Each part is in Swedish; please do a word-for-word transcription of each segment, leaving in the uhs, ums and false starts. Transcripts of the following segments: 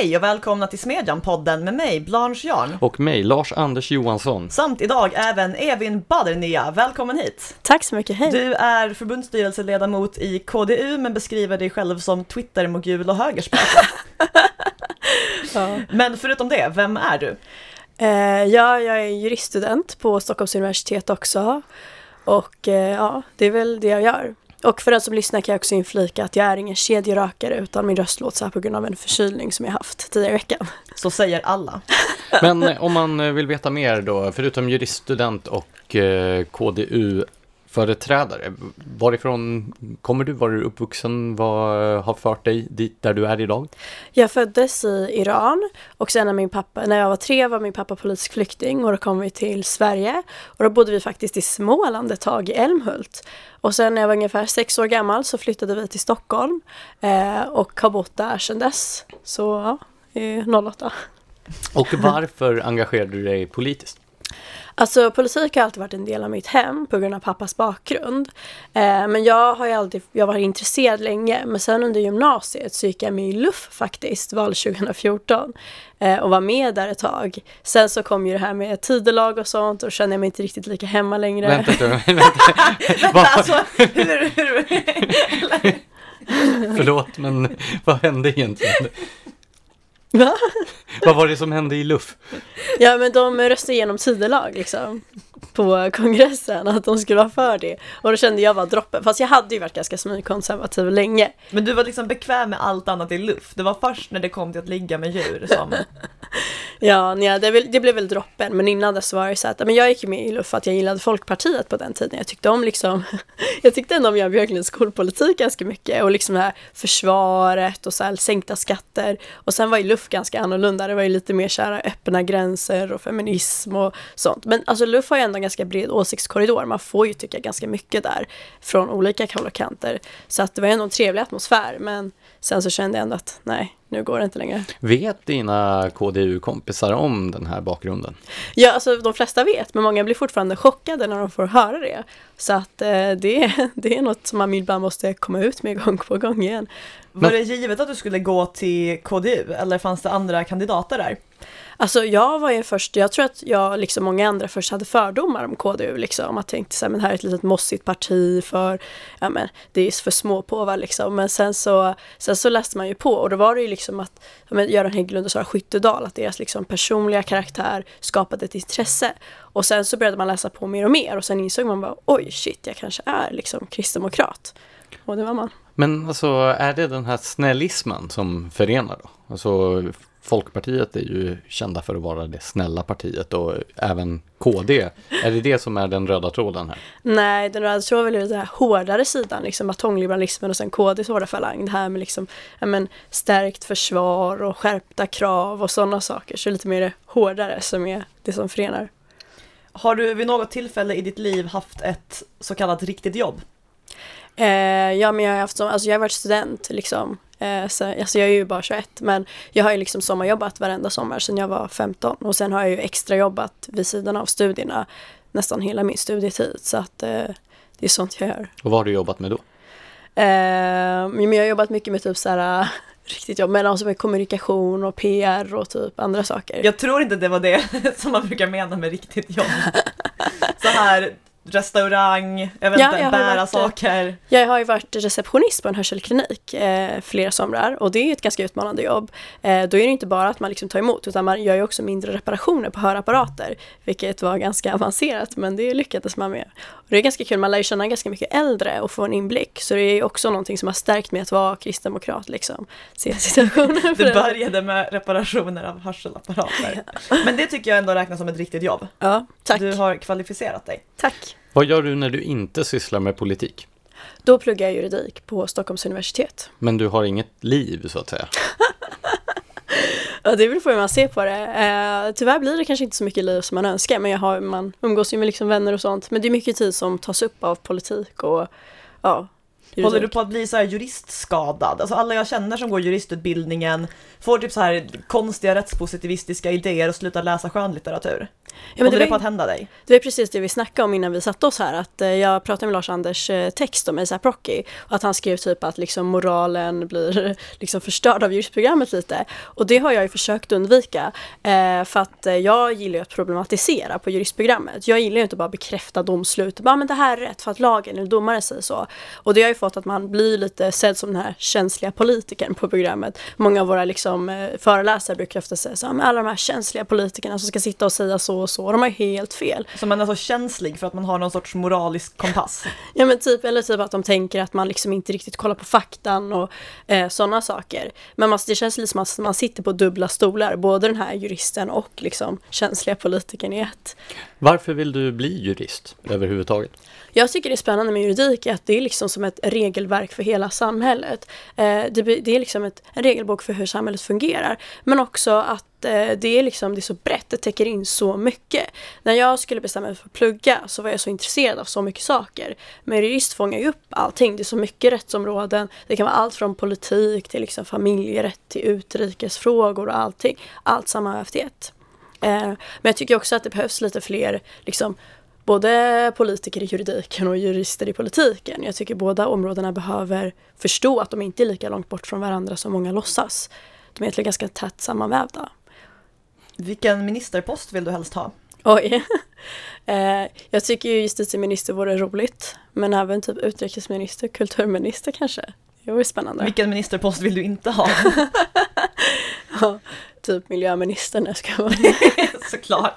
Hej och välkomna till Smedjan-podden med mig, Blanche Jarn. Och mig, Lars-Anders Johansson. Samt idag även Evin Badernia. Välkommen hit. Tack så mycket, hej. Du är förbundsstyrelseledamot i K D U men beskriver dig själv som Twitter-mogul och högerspöke. Ja. Men förutom det, vem är du? Eh, ja, jag är juriststudent på Stockholms universitet också. Och eh, ja, det är väl det jag gör. Och för den som lyssnar kan jag också inflika att jag är ingen kedjerakare utan min röst låter så här på grund av en förkylning som jag haft tidigare i veckan. Så säger alla. Men om man vill veta mer då, förutom juriststudent och eh, K D U-företrädare, varifrån kommer du? Var du uppvuxen? Vad har fört dig dit där du är idag? Jag föddes i Iran och sen när, min pappa, när jag var tre var min pappa politisk flykting och då kom vi till Sverige. Och då bodde vi faktiskt i Småland ett tag i Älmhult. Och sen när jag var ungefär sex år gammal så flyttade vi till Stockholm eh, och har bott där sedan dess. Så ja, noll åtta. Och varför engagerade du dig politiskt? Alltså politik har alltid varit en del av mitt hem på grund av pappas bakgrund. Eh, men jag har ju alltid, jag var intresserad länge. Men sen under gymnasiet så gick jag med i L U F faktiskt, val tjugo fjorton. Eh, och var med där ett tag. Sen så kom ju det här med tidelag och sånt och kände jag mig inte riktigt lika hemma längre. Vänta, vänta. vänta alltså, hur, hur? Förlåt, men vad hände egentligen? Va? Vad var det som hände i L U F? Ja, men de röstade igenom tidelag liksom på kongressen att de skulle vara för det. Och då kände jag var droppen. Fast jag hade ju varit ganska smygkonservativ länge. Men du var liksom bekväm med allt annat i L U F. Det var först när det kom till att ligga med djur som... Ja, nej, det, det blev väl droppen. Men innan dess var det så att men jag gick med i L U F för att jag gillade Folkpartiet på den tiden. Jag tyckte om liksom... jag tyckte ändå om Jan Björklunds skolpolitik ganska mycket. Och liksom det här försvaret och så här sänkta skatter. Och sen var ju L U F ganska annorlunda. Det var ju lite mer kära öppna gränser och feminism och sånt. Men alltså L U F har ju ändå en ganska bred åsiktskorridor. Man får ju tycka ganska mycket där från olika håll och kanter. Så att det var ändå en trevlig atmosfär. Men sen så kände jag ändå att nej, nu går det inte längre. Vet dina K D U-kompisar om den här bakgrunden? Ja, alltså de flesta vet. Men många blir fortfarande chockade när de får höra det. Så att eh, det, det är något som man ibland måste komma ut med gång på gång igen. Var det givet att du skulle gå till K D U eller fanns det andra kandidater där? Alltså jag var ju först, jag tror att jag liksom många andra först hade fördomar om K D U liksom. Att tänkte så här, men här är ett litet mossigt parti för, ja men det är för små påvar liksom. Men sen så, sen så läste man ju på och då var det ju liksom att men, Göran Hägglund och Sara Skyttedal, att deras liksom personliga karaktär skapade ett intresse. Och sen så började man läsa på mer och mer och sen insåg man bara, oj shit, jag kanske är liksom kristdemokrat. Och det var man. Men alltså är det den här snällismen som förenar då? Alltså Folkpartiet är ju kända för att vara det snälla partiet och även K D. Är det det som är den röda tråden här? Nej, den röda tråden är väl den här hårdare sidan, liksom batongliberalismen och sen K D:s hårda falang. Det här med liksom, ja, men, stärkt försvar och skärpta krav och sådana saker. Så lite mer det hårdare som är det som förenar. Har du vid något tillfälle i ditt liv haft ett så kallat riktigt jobb? Eh, ja, men jag har haft som, alltså jag har varit student liksom. Eh, så, alltså jag är ju bara tjugoett, men jag har ju liksom sommarjobbat varenda sommar sedan jag var femton. Och sen har jag ju extra jobbat vid sidan av studierna nästan hela min studietid. Så att eh, det är sånt jag gör. Och vad har du jobbat med då? Eh, men jag har jobbat mycket med typ såhär riktigt jobb, men alltså med kommunikation och P R och typ andra saker. Jag tror inte det var det som man brukar mena med riktigt jobb. Så här... restaurang, jag vet ja, inte, bära varit, saker. Jag har ju varit receptionist på en hörselklinik eh, flera somrar och det är ju ett ganska utmanande jobb. Eh, då är det inte bara att man liksom tar emot utan man gör ju också mindre reparationer på hörapparater, vilket var ganska avancerat, men det lyckades man med. Och det är ganska kul, man lär ju känna ganska mycket äldre och få en inblick, så det är ju också någonting som har stärkt mig att vara kristdemokrat liksom. Se situationen det började med reparationer av hörselapparater. Ja. Men det tycker jag ändå räknas som ett riktigt jobb. Ja, tack. Du har kvalificerat dig. Tack. Vad gör du när du inte sysslar med politik? Då pluggar jag juridik på Stockholms universitet. Men du har inget liv så att säga? Ja, det beror på hur man ser på det. Eh, tyvärr blir det kanske inte så mycket liv som man önskar, men jag har, man umgås ju med liksom vänner och sånt. Men det är mycket tid som tas upp av politik och ja. Juridik. Håller du på att bli så här juristskadad? Alltså alla jag känner som går juristutbildningen får typ så här konstiga rättspositivistiska idéer och slutar läsa skönlitteratur. Ja, men det det är på var, att hända dig. det var precis det vi snackade om innan vi satte oss här. Att eh, jag pratade med Lars-Anders eh, text om A$AP Rocky. Och att han skrev typ att liksom, moralen blir liksom, förstörd av juristprogrammet lite. Och det har jag ju försökt undvika. Eh, för att eh, jag gillar ju att problematisera på juristprogrammet. Jag gillar ju inte bara bekräfta domslut. Bara, men det här är rätt för att lagen eller domaren säger så. Och det har ju fått att man blir lite sedd som den här känsliga politikern på programmet. Många av våra liksom, eh, föreläsare brukar ofta säga så här, med alla de här känsliga politikerna som ska sitta och säga så och så. De har helt fel. Så man är så känslig för att man har någon sorts moralisk kompass. Ja, men typ, eller typ att de tänker att man liksom inte riktigt kollar på faktan och eh, sådana saker. Men man, det känns lite som att man sitter på dubbla stolar, både den här juristen och liksom känsliga politikern i ett. Varför vill du bli jurist överhuvudtaget? Jag tycker det är spännande med juridik att det är liksom som ett regelverk för hela samhället. Eh, det, det är liksom ett, en regelbok för hur samhället fungerar. Men också att eh, det är liksom det är så brett, det täcker in så mycket. När jag skulle bestämma mig för att plugga så var jag så intresserad av så mycket saker. Men jurist fångar ju upp allting, det är så mycket rättsområden. Det kan vara allt från politik till liksom familjerätt till utrikesfrågor och allting. Allt sammanvävt i ett. Eh, men jag tycker också att det behövs lite fler liksom både politiker i juridiken och jurister i politiken. Jag tycker båda områdena behöver förstå att de inte är lika långt bort från varandra som många låtsas. De är egentligen ganska tätt sammanvävda. Vilken ministerpost vill du helst ha? Oj. eh, jag tycker ju justitieminister vore roligt. Men även typ utrikesminister, kulturminister kanske. Det vore spännande. Vilken ministerpost vill du inte ha? Ja, typ miljöminister när jag ska vara. Såklart.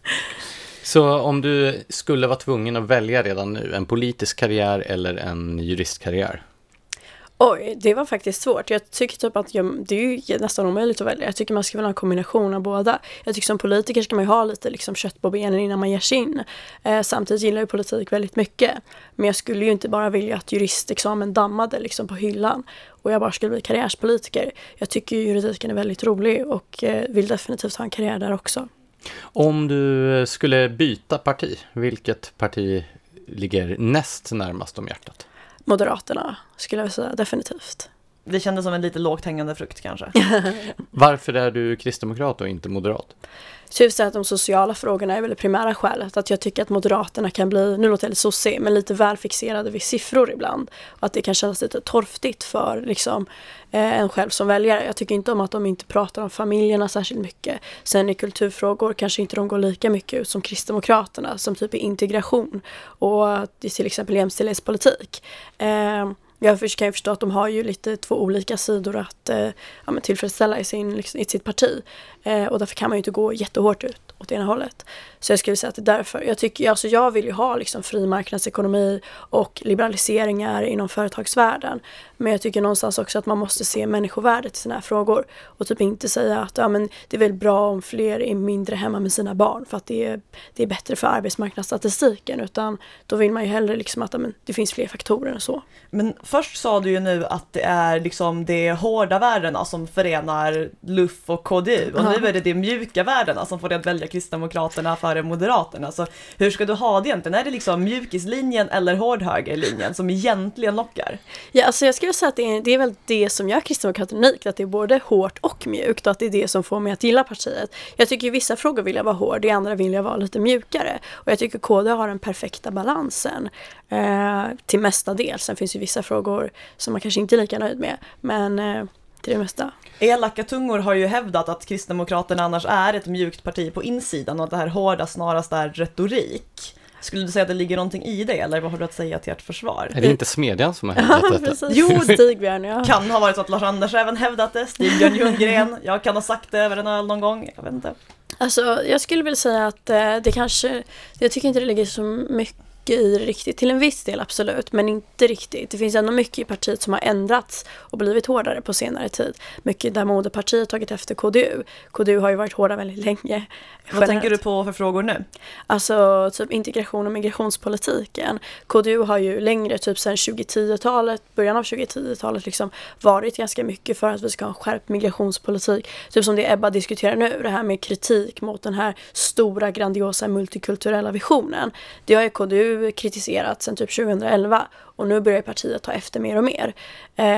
Så om du skulle vara tvungen att välja redan nu, en politisk karriär eller en juristkarriär? Oj, det var faktiskt svårt. Jag tycker typ att jag, det är ju nästan omöjligt att välja. Jag tycker man ska väl ha en kombination av båda. Jag tycker som politiker ska man ju ha lite liksom, kött på benen innan man ger sig in. Eh, samtidigt gillar jag politik väldigt mycket. Men jag skulle ju inte bara vilja att juristexamen dammade liksom, på hyllan. Och jag bara skulle bli karriärspolitiker. Jag tycker ju juridiken är väldigt rolig och eh, vill definitivt ha en karriär där också. Om du skulle byta parti, vilket parti ligger näst närmast om hjärtat? Moderaterna skulle jag säga, definitivt. Det kändes som en lite lågt hängande frukt kanske. Varför är du kristdemokrat och inte moderat? Så jag vill säga att de sociala frågorna är väl det primära skälet. Att jag tycker att Moderaterna kan bli, nu låter det sossig, men lite välfixerade vid siffror ibland. Och att det kan kännas lite torftigt för liksom, eh, en själv som väljare. Jag tycker inte om att de inte pratar om familjerna särskilt mycket. Sen i kulturfrågor kanske inte de går lika mycket ut som Kristdemokraterna, som typ är integration och till exempel jämställdhetspolitik. Eh, Jag kan ju förstå att de har ju lite två olika sidor att eh, ja, men tillfredsställa i, sin, liksom, i sitt parti. Eh, och därför kan man ju inte gå jättehårt ut åt ena hållet. Så jag skulle säga att det är därför. Jag, tycker, alltså, jag vill ju ha liksom, fri marknadsekonomi och liberaliseringar inom företagsvärlden. Men jag tycker någonstans också att man måste se människovärdet i sina här frågor. Och typ inte säga att ja, men det är väl bra om fler är mindre hemma med sina barn. För att det är, det är bättre för arbetsmarknadsstatistiken. Utan då vill man ju hellre liksom, att ja, men, det finns fler faktorer än så. Men först sa du ju nu att det är liksom de hårda värdena som förenar L U F och K D U. Och ja. Nu är det de mjuka värdena som får dig att välja Kristdemokraterna före Moderaterna. Så hur ska du ha det egentligen? Är det liksom mjukislinjen eller hårdhögerlinjen som egentligen lockar? Ja, alltså jag skulle säga att det är, det är väl det som gör Kristdemokraterna unikt. Att det är både hårt och mjukt och att det är det som får mig att gilla partiet. Jag tycker i vissa frågor vill jag vara hård, i andra vill jag vara lite mjukare. Och jag tycker K D har den perfekta balansen eh, till mesta del. Sen finns ju vissa frågor som man kanske inte är lika nöjd med, men eh, till det mesta. Elaka tungor har ju hävdat att Kristdemokraterna annars är ett mjukt parti på insidan och att det här hårda snarast är retorik. Skulle du säga att det ligger någonting i det, eller vad har du att säga till ert försvar? Är det inte Smedjan som har hävdat ja, detta? Jo, Stigbjörn, ja. Kan ha varit så att Lars-Anders även hävdat det, Stigbjörn Ljunggren, jag kan ha sagt det över en öl någon gång, jag vet inte. Alltså, jag skulle vilja säga att eh, det kanske, jag tycker inte det ligger så mycket i riktigt, till en viss del absolut, men inte riktigt. Det finns ändå mycket i partiet som har ändrats och blivit hårdare på senare tid. Mycket där moderpartiet tagit efter K D U. K D U har ju varit hårda väldigt länge. Vad generellt. tänker du på för frågor nu? Alltså typ integration och migrationspolitiken. K D U har ju längre, typ sedan tjugohundratiotalet, början av tjugohundratiotalet liksom varit ganska mycket för att vi ska ha en skärpt migrationspolitik. Typ som det Ebba diskuterar nu, det här med kritik mot den här stora, grandiosa, multikulturella visionen. Det har ju K D U kritiserat sedan typ tjugohundraelva och nu börjar partiet ta efter mer och mer. Eh,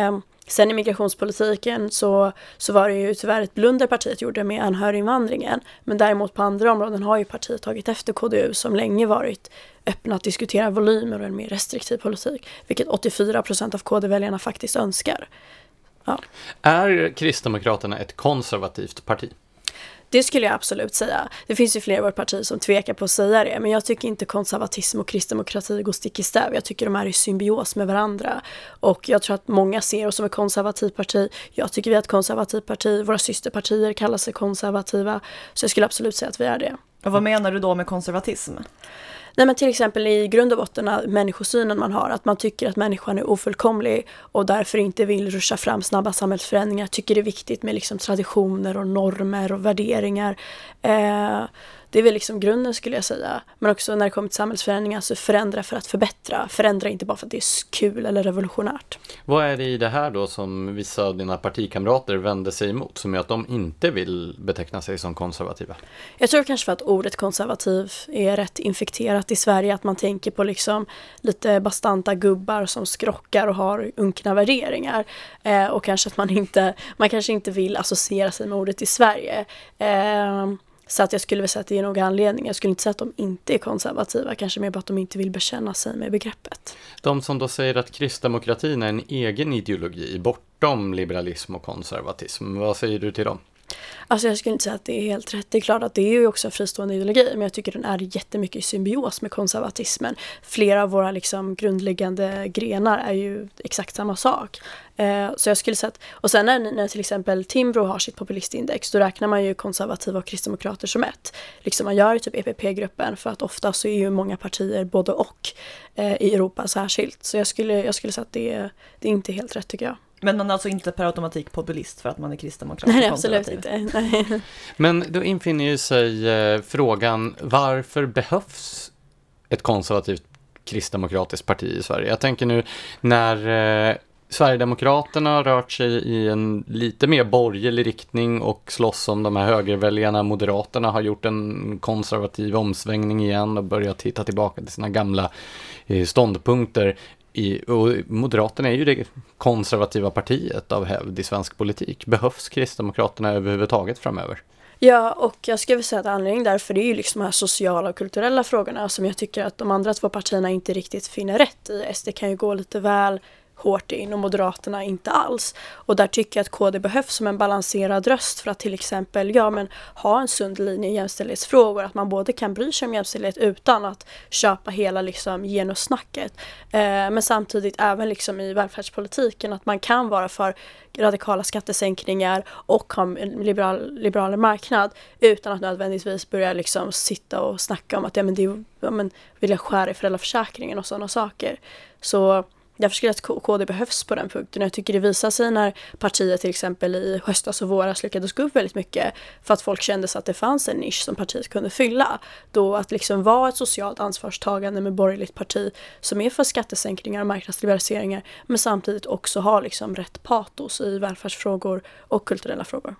Sen i migrationspolitiken så, så var det ju tyvärr ett blunder partiet gjorde med anhöriginvandringen. Men däremot på andra områden har ju partiet tagit efter K D U som länge varit öppna att diskutera volymer och en mer restriktiv politik. Vilket åttiofyra procent av K D-väljarna faktiskt önskar. Ja. Är Kristdemokraterna ett konservativt parti? Det skulle jag absolut säga. Det finns ju flera av vårt parti som tvekar på att säga det. Men jag tycker inte konservatism och kristdemokrati går stick i stäv. Jag tycker de är i symbios med varandra. Och jag tror att många ser oss som ett konservativt parti. Jag tycker vi är ett konservativt parti. Våra systerpartier kallar sig konservativa. Så jag skulle absolut säga att vi är det. Och vad menar du då med konservatism? Nej, men till exempel i grund och botten människosynen man har, att man tycker att människan är ofullkomlig och därför inte vill ruscha fram snabba samhällsförändringar, tycker det är viktigt med liksom traditioner och normer och värderingar. Eh, det är väl liksom grunden skulle jag säga. Men också när det kommer till samhällsförändringar så förändra för att förbättra. Förändra inte bara för att det är kul eller revolutionärt. Vad är det i det här då som vissa av dina partikamrater vänder sig emot som gör att de inte vill beteckna sig som konservativa? Jag tror kanske för att ordet konservativ är rätt infekterat i Sverige. Att man tänker på liksom lite bastanta gubbar som skrockar och har unkna värderingar. Eh, och kanske att man inte, man kanske inte vill associera sig med ordet i Sverige. Eh, Så att jag skulle väl säga att det är nog anledning. Jag skulle inte säga att de inte är konservativa. Kanske mer bara att de inte vill bekänna sig med begreppet. De som då säger att kristdemokratin är en egen ideologi bortom liberalism och konservatism. Vad säger du till dem? Alltså jag skulle inte säga att det är helt rätt. Det är klart att det är ju också en fristående ideologi. Men jag tycker den är jättemycket i symbios med konservatismen. Flera av våra liksom grundläggande grenar är ju exakt samma sak. Eh, så jag skulle säga att, och sen när, när till exempel Timbro har sitt populistindex, då räknar man ju konservativa och kristdemokrater som ett. Liksom man gör ju typ E P P-gruppen för att ofta så är ju många partier både och eh, i Europa särskilt. Så jag skulle, jag skulle säga att det är, det är inte helt rätt tycker jag. Men man är alltså inte per automatik populist för att man är kristdemokrat? Nej, absolut inte. Nej. Men då infinner ju sig eh, frågan, varför behövs ett konservativt kristdemokratiskt parti i Sverige? Jag tänker nu när eh, Sverigedemokraterna har rört sig i en lite mer borgerlig riktning och slåss om de här högerväljarna. Moderaterna har gjort en konservativ omsvängning igen och börjat titta tillbaka till sina gamla eh, ståndpunkter. I, och Moderaterna är ju det konservativa partiet av hävd i svensk politik. Behövs Kristdemokraterna överhuvudtaget framöver? Ja, och jag skulle säga att anledningen därför det är ju liksom de här sociala och kulturella frågorna som jag tycker att de andra två partierna inte riktigt finner rätt i. S D kan ju gå lite väl hårt in och Moderaterna inte alls. Och där tycker jag att K D behövs som en balanserad röst för att till exempel ja, men ha en sund linje i jämställdhetsfrågor. Att man både kan bry sig om jämställdhet utan att köpa hela liksom, genussnacket. Eh, men samtidigt även liksom, i välfärdspolitiken att man kan vara för radikala skattesänkningar och ha en liberal, liberal marknad utan att nödvändigtvis börja liksom, sitta och snacka om att ja, men det, ja, men, vill jag skära i föräldraförsäkringen och sådana saker. Så därför skulle jag att K D behövs på den punkten. Jag tycker det visar sig när partiet till exempel i höstas och våras lyckades gå upp väldigt mycket för att folk kände sig att det fanns en nisch som partiet kunde fylla. Då att liksom vara ett socialt ansvarstagande med borgerligt parti som är för skattesänkningar och marknadsliberaliseringar men samtidigt också har liksom rätt patos i välfärdsfrågor och kulturella frågor.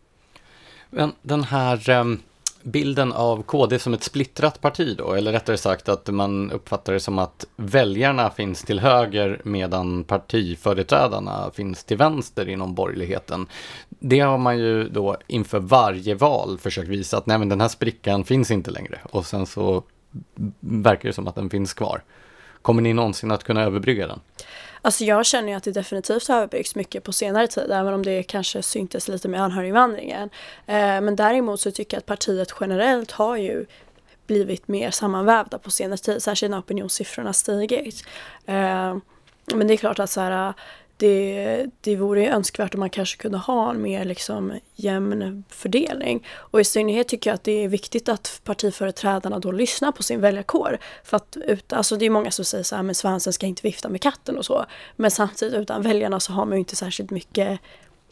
Men den här um, bilden av K D som ett splittrat parti då, eller rättare sagt att man uppfattar det som att väljarna finns till höger medan partiföreträdarna finns till vänster inom borgerligheten. Det har man ju då inför varje val försökt visa att nej, men den här sprickan finns inte längre och sen så verkar det som att den finns kvar. Kommer ni någonsin att kunna överbrygga den? Alltså jag känner ju att det definitivt har överbyggts mycket på senare tid, även om det kanske syntes lite med anhöriginvandringen. Eh, men däremot så tycker jag att partiet generellt har ju blivit mer sammanvävda på senare tid, särskilt när opinionssiffrorna stigit. Eh, men det är klart att så här, det, det vore ju önskvärt om man kanske kunde ha en mer liksom jämn fördelning. Och i synnerhet tycker jag att det är viktigt att partiföreträdarna då lyssnar på sin väljarkår. För att ut, alltså det är många som säger så här, men svansen ska inte vifta med katten och så. Men samtidigt utan väljarna så har man ju inte särskilt mycket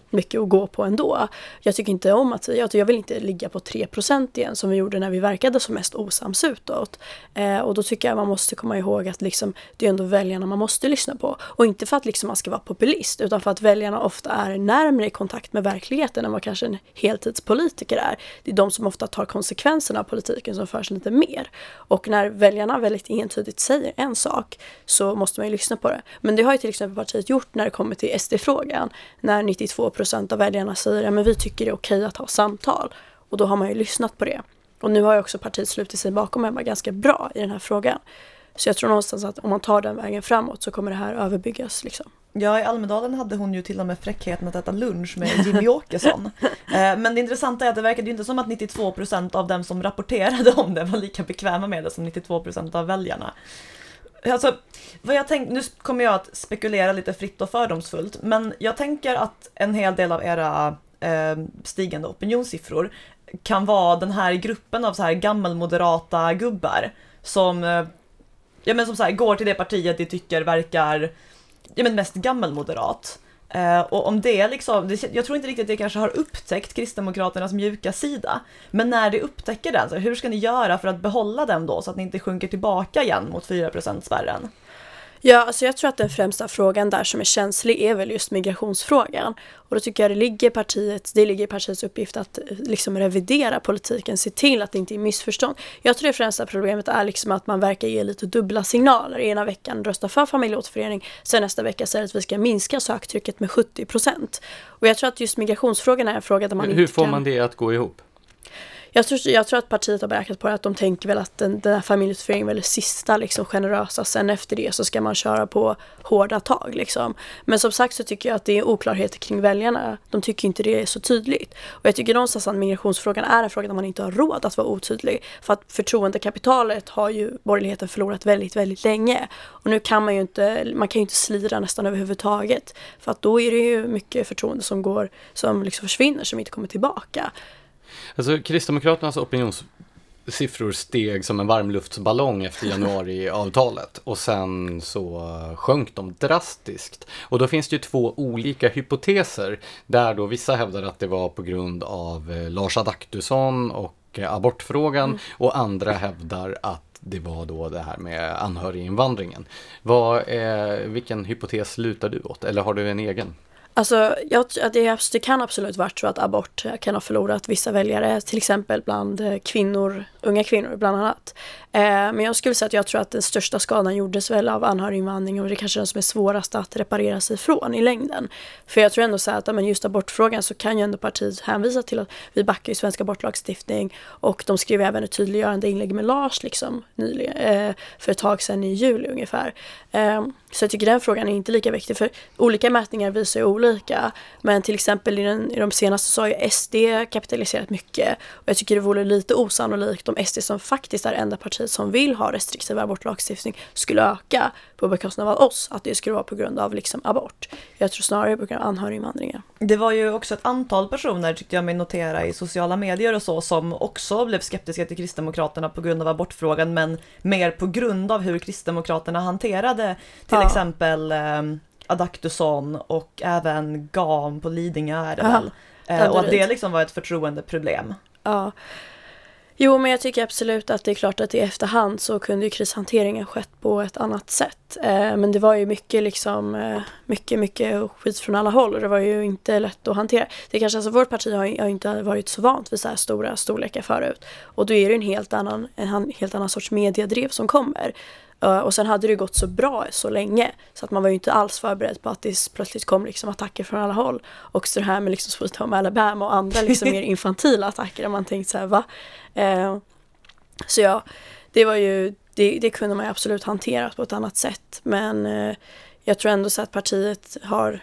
mycket att gå på ändå. Jag tycker inte om att, jag, jag vill inte ligga på tre procent igen som vi gjorde när vi verkade som mest osams utåt. Eh, och då tycker jag man måste komma ihåg att liksom, det är ändå väljarna man måste lyssna på. Och inte för att liksom man ska vara populist, utan för att väljarna ofta är närmare i kontakt med verkligheten än vad kanske en heltidspolitiker är. Det är de som ofta tar konsekvenserna av politiken som förs lite mer. Och när väljarna väldigt entydigt säger en sak så måste man ju lyssna på det. Men det har ju till exempel partiet gjort när det kommer till S D-frågan. När nittiotvå procent av väljarna säger att ja, vi tycker det är okej att ha samtal. Och då har man ju lyssnat på det. Och nu har ju också partiet slutit sig bakom Ebba ganska bra i den här frågan. Så jag tror någonstans att om man tar den vägen framåt så kommer det här överbyggas liksom. Ja, i Almedalen hade hon ju till och med fräckheten att äta lunch med Jimmy Åkesson. Men det intressanta är att det verkade ju inte som att nittiotvå procent av dem som rapporterade om det var lika bekväma med det som nittiotvå procent av väljarna. Alltså, vad jag tänk, nu kommer jag att spekulera lite fritt och fördomsfullt, men jag tänker att en hel del av era eh, stigande opinionssiffror kan vara den här gruppen av så här gammelmoderata gubbar som, eh, ja, men som så här, går till det partiet de tycker verkar ja, men mest gammelmoderat. Uh, och om det liksom, det, jag tror inte riktigt att det kanske har upptäckt Kristdemokraternas mjuka sida. Men när det upptäcker den, så hur ska ni göra för att behålla den då så att ni inte sjunker tillbaka igen mot fyra procent-spärren? Ja, alltså jag tror att den främsta frågan där som är känslig är väl just migrationsfrågan. Och då tycker jag det ligger partiet, det ligger partiets uppgift att liksom revidera politiken, se till att det inte är missförstånd. Jag tror det främsta problemet är liksom att man verkar ge lite dubbla signaler. Ena veckan rösta för familjeåterförening, sen nästa vecka säger att vi ska minska söktrycket med sjuttio procent. Och jag tror att just migrationsfrågan är en fråga där man Hur inte får kan... man det att gå ihop? Jag tror, jag tror att partiet har beräknat på det, att de tänker väl att den, den här familjeåterföreningen är väl det sista liksom, generösa. Sen efter det så ska man köra på hårda tag. Liksom. Men som sagt så tycker jag att det är oklarheter kring väljarna. De tycker inte det är så tydligt. Och jag tycker någonstans att migrationsfrågan är en fråga där man inte har råd att vara otydlig. För att förtroendekapitalet har ju borgerligheten förlorat väldigt, väldigt länge. Och nu kan man ju inte, man kan ju inte slira nästan överhuvudtaget. För att då är det ju mycket förtroende som går, som liksom försvinner, som inte kommer tillbaka. Alltså Kristdemokraternas opinionssiffror steg som en varmluftsballong efter januariavtalet och sen så sjönk de drastiskt. Och då finns det ju två olika hypoteser där då vissa hävdar att det var på grund av Lars Adaktusson och abortfrågan mm. och andra hävdar att det var då det här med anhöriginvandringen. Vad är, vilken hypotes lutar du åt? Eller har du en egen? Alltså, jag, det, det kan absolut vara så att abort kan ha förlorat vissa väljare, till exempel bland kvinnor, unga kvinnor bland annat. Eh, men jag skulle säga att jag tror att den största skadan gjordes väl av anhöriginvandring och det är kanske den som är svårast att reparera sig från i längden. För jag tror ändå så att men just abortfrågan så kan ju ändå partiet hänvisa till att vi backar i svenska abortlagstiftning och de skrev även ett tydliggörande inlägg med Lars liksom, nyligen, eh, för ett tag sedan i juli ungefär. Eh, så jag tycker den frågan är inte lika viktig för olika mätningar visar ju olika. Men till exempel i, den, i de senaste så har ju S D kapitaliserat mycket. Och jag tycker det vore lite osannolikt om S D som faktiskt är enda partiet som vill ha restriktiv abortlagstiftning skulle öka på bekostnad av oss. Att det skulle vara på grund av liksom abort. Jag tror snarare på grund av anhöriginvandringen. Det var ju också ett antal personer tyckte jag mig notera i sociala medier och så som också blev skeptiska till Kristdemokraterna på grund av abortfrågan men mer på grund av hur Kristdemokraterna hanterade till ja. exempel eh, Adaktusson och även Gam på Lidingö är det väl. Eh, och att det liksom var ett förtroendeproblem. Ja. Jo, men jag tycker absolut att det är klart att i efterhand så kunde ju krishanteringen skett på ett annat sätt. Eh, men det var ju mycket liksom, eh, mycket, mycket skit från alla håll och det var ju inte lätt att hantera. Det kanske alltså, vårt parti har, har inte varit så vant vid så här stora storlekar förut. Och då är det en helt annan, en helt annan sorts mediedrev som kommer. Uh, och sen hade det gått så bra så länge så att man var ju inte alls förberedd på att det plötsligt kom liksom attacker från alla håll. Och så det här med liksom Sweet Home Alabama och andra liksom mer infantila attacker där man tänkte så här, va? Uh, så ja, det var ju, det, det kunde man ju absolut hantera på ett annat sätt. Men uh, jag tror ändå så att partiet har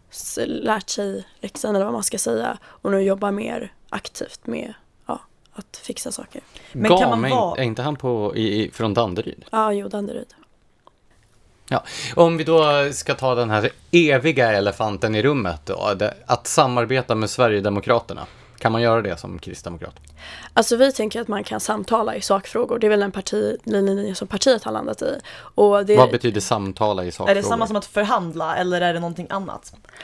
lärt sig läxan eller vad man ska säga och nu jobbar mer aktivt med att fixa saker. Men Gam, kan man vara... är inte han på, i, från Danderyd? Ja, jo, Danderyd. Ja, om vi då ska ta den här eviga elefanten i rummet då, det, att samarbeta med Sverigedemokraterna. Kan man göra det som kristdemokrat? Alltså vi tänker att man kan samtala i sakfrågor. Det är väl en partilinje som partiet har landat i. Och det... Vad betyder samtala i sakfrågor? Är det samma som att förhandla eller är det någonting annat?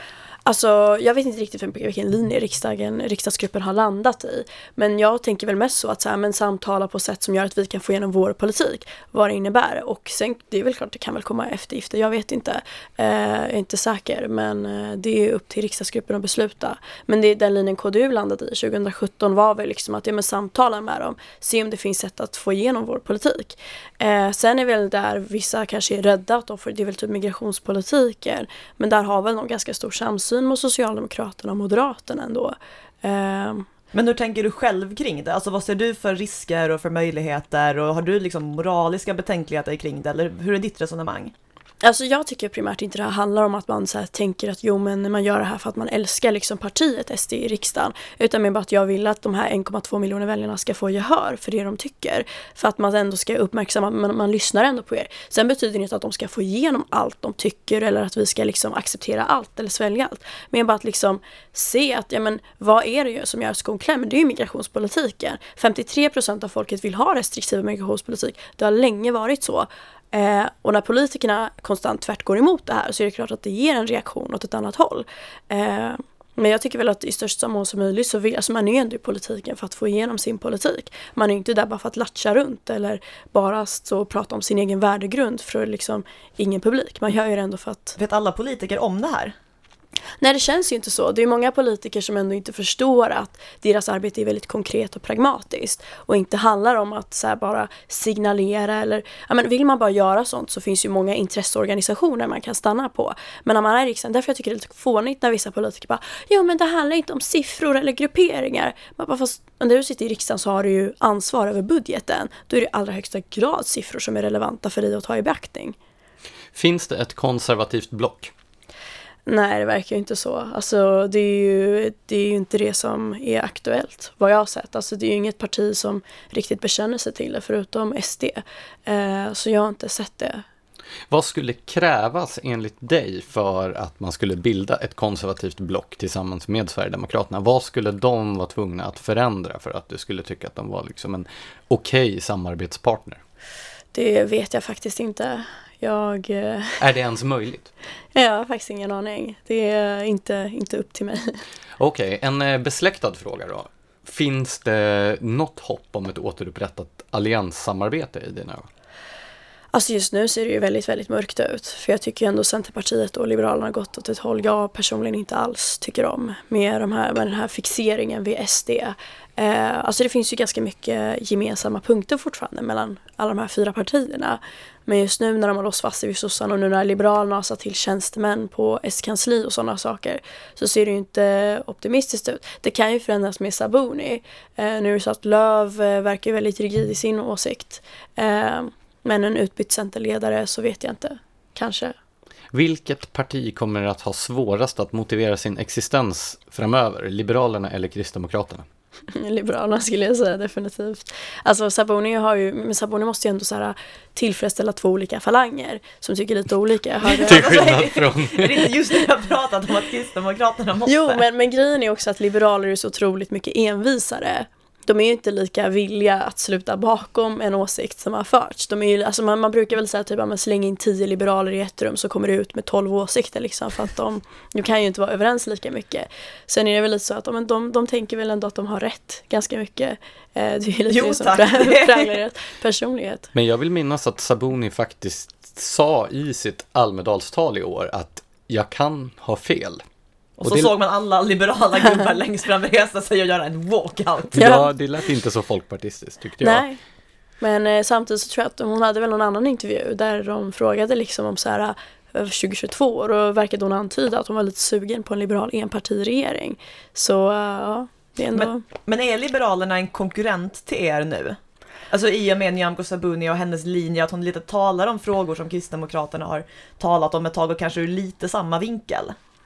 Alltså, jag vet inte riktigt vilken linje riksdagen, riksdagsgruppen har landat i. Men jag tänker väl mest så att så här, men samtala på sätt som gör att vi kan få igenom vår politik. Vad det innebär. Och sen, det är väl klart det kan väl komma eftergifter. Jag vet inte. Eh, jag är inte säker. Men eh, det är upp till riksdagsgruppen att besluta. Men det är den linjen K D U landade i tjugohundrasjutton var väl liksom att ja, men samtala med dem. Se om det finns sätt att få igenom vår politik. Eh, sen är väl där vissa kanske är rädda att de får, det är väl typ migrationspolitiken. Men där har väl någon ganska stor samsyn mot Socialdemokraterna och Moderaterna ändå. Eh, Men hur tänker du själv kring det? Alltså vad ser du för risker och för möjligheter och har du liksom moraliska betänkligheter kring det eller hur är ditt resonemang? Alltså jag tycker primärt inte det här handlar om att man så här tänker att jo men man gör det här för att man älskar liksom partiet S D i riksdagen. Utan mer bara att jag vill att de här en komma två miljoner väljarna ska få gehör för det de tycker. För att man ändå ska uppmärksamma, man, man lyssnar ändå på er. Sen betyder det inte att de ska få igenom allt de tycker eller att vi ska liksom acceptera allt eller svälja allt. Men bara att liksom se att, ja men vad är det som gör skon klämmer? Det är ju migrationspolitiken. femtiotre procent av folket vill ha restriktiv migrationspolitik. Det har länge varit så. Eh, och när politikerna konstant tvärt går emot det här så är det klart att det ger en reaktion åt ett annat håll. Eh, men jag tycker väl att i största mån som möjligt så vill, alltså man är ju ändå i politiken för att få igenom sin politik. Man är inte där bara för att latcha runt eller bara stå och prata om sin egen värdegrund för liksom ingen publik. Man gör ju det ändå för att... Vet alla politiker om det här? Nej, det känns ju inte så. Det är många politiker som ändå inte förstår att deras arbete är väldigt konkret och pragmatiskt och inte handlar om att så här bara signalera eller, ja men vill man bara göra sånt så finns ju många intresseorganisationer man kan stanna på. Men när man är i riksdagen, därför jag tycker det är lite fånigt när vissa politiker bara, ja men det handlar inte om siffror eller grupperingar. Man bara, fast när du sitter i riksdagen så har du ju ansvar över budgeten. Då är det i allra högsta grad siffror som är relevanta för dig att ta i beaktning. Finns det ett konservativt block? Nej, det verkar ju inte så. Alltså, det är ju, det är ju inte det som är aktuellt, vad jag har sett. Alltså, det är ju inget parti som riktigt bekänner sig till det, förutom S D. Eh, så jag har inte sett det. Vad skulle krävas enligt dig för att man skulle bilda ett konservativt block tillsammans med Sverigedemokraterna? Vad skulle de vara tvungna att förändra för att du skulle tycka att de var liksom en okej samarbetspartner? Det vet jag faktiskt inte. Jag... Är det ens möjligt? Jag har faktiskt ingen aning. Det är inte, inte upp till mig. Okej, okay, en besläktad fråga då. Finns det något hopp om ett återupprättat allianssamarbete i dina ögon? Alltså just nu ser det ju väldigt, väldigt mörkt ut. För jag tycker ändå Centerpartiet och Liberalerna har gått åt ett håll jag personligen inte alls tycker om. Med, de här, med den här fixeringen vid S D. Eh, alltså det finns ju ganska mycket gemensamma punkter fortfarande mellan alla de här fyra partierna. Men just nu när de har låst fast sig vid sossarna och nu när Liberalerna har satt till tjänstemän på S-kansli och sådana saker så ser det ju inte optimistiskt ut. Det kan ju förändras med Sabuni. Eh, nu är det så att Löv eh, verkar väldigt rigid i sin åsikt. Eh, men en utbytt centerledare så vet jag inte. Kanske. Vilket parti kommer att ha svårast att motivera sin existens framöver? Liberalerna eller Kristdemokraterna? Liberalerna skulle jag säga definitivt. Alltså Sabuni har ju, men Sabuni måste ju ändå så här tillfredsställa två olika falanger som tycker lite olika. Till skillnad från... Är det inte just det jag har pratat om att Kristdemokraterna måste? Jo, men, men grejen är också att liberaler är så otroligt mycket envisare. De är ju inte lika villiga att sluta bakom en åsikt som har förts. De är ju, alltså man, man brukar väl säga typ att man slänger in tio liberaler i ett rum så kommer det ut med tolv åsikter liksom, för att de, de kan ju inte vara överens lika mycket. Sen är det väl lite så att de, de, de tänker väl ändå att de har rätt ganska mycket. Eh, det är lite jo, det som präglar personlighet. Men jag vill minnas att Sabuni faktiskt sa i sitt Almedalstal i år att jag kan ha fel. Och så och det... såg man alla liberala gubbar längst fram resa sig och göra en walkout. Ja, ja, det lät inte så folkpartistiskt tyckte jag. Nej, men eh, samtidigt så tror jag att hon hade väl någon annan intervju där de frågade liksom om så här över tjugohundratjugotvå och då verkade hon antyda att hon var lite sugen på en liberal enpartiregering. Så ja, uh, det är ändå... Men, men är Liberalerna en konkurrent till er nu? Alltså i och med Nyamko Sabuni och hennes linje att hon lite talar om frågor som Kristdemokraterna har talat om ett tag och kanske ur lite samma vinkel.